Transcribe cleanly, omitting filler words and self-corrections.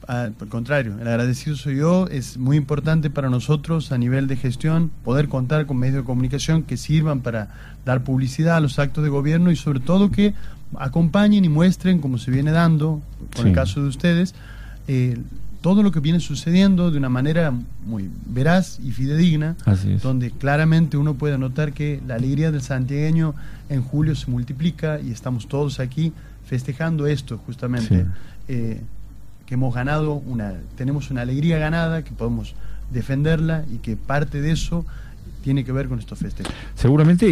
Por contrario, el agradecido soy yo. Es muy importante para nosotros a nivel de gestión poder contar con medios de comunicación que sirvan para dar publicidad a los actos de gobierno y sobre todo que acompañen y muestren, como se viene dando con el caso de ustedes, todo lo que viene sucediendo de una manera muy veraz y fidedigna, donde claramente uno puede notar que la alegría del santiagueño en julio se multiplica y estamos todos aquí festejando esto justamente, que hemos ganado, tenemos una alegría ganada, que podemos defenderla y que parte de eso tiene que ver con estos festejos. Seguramente.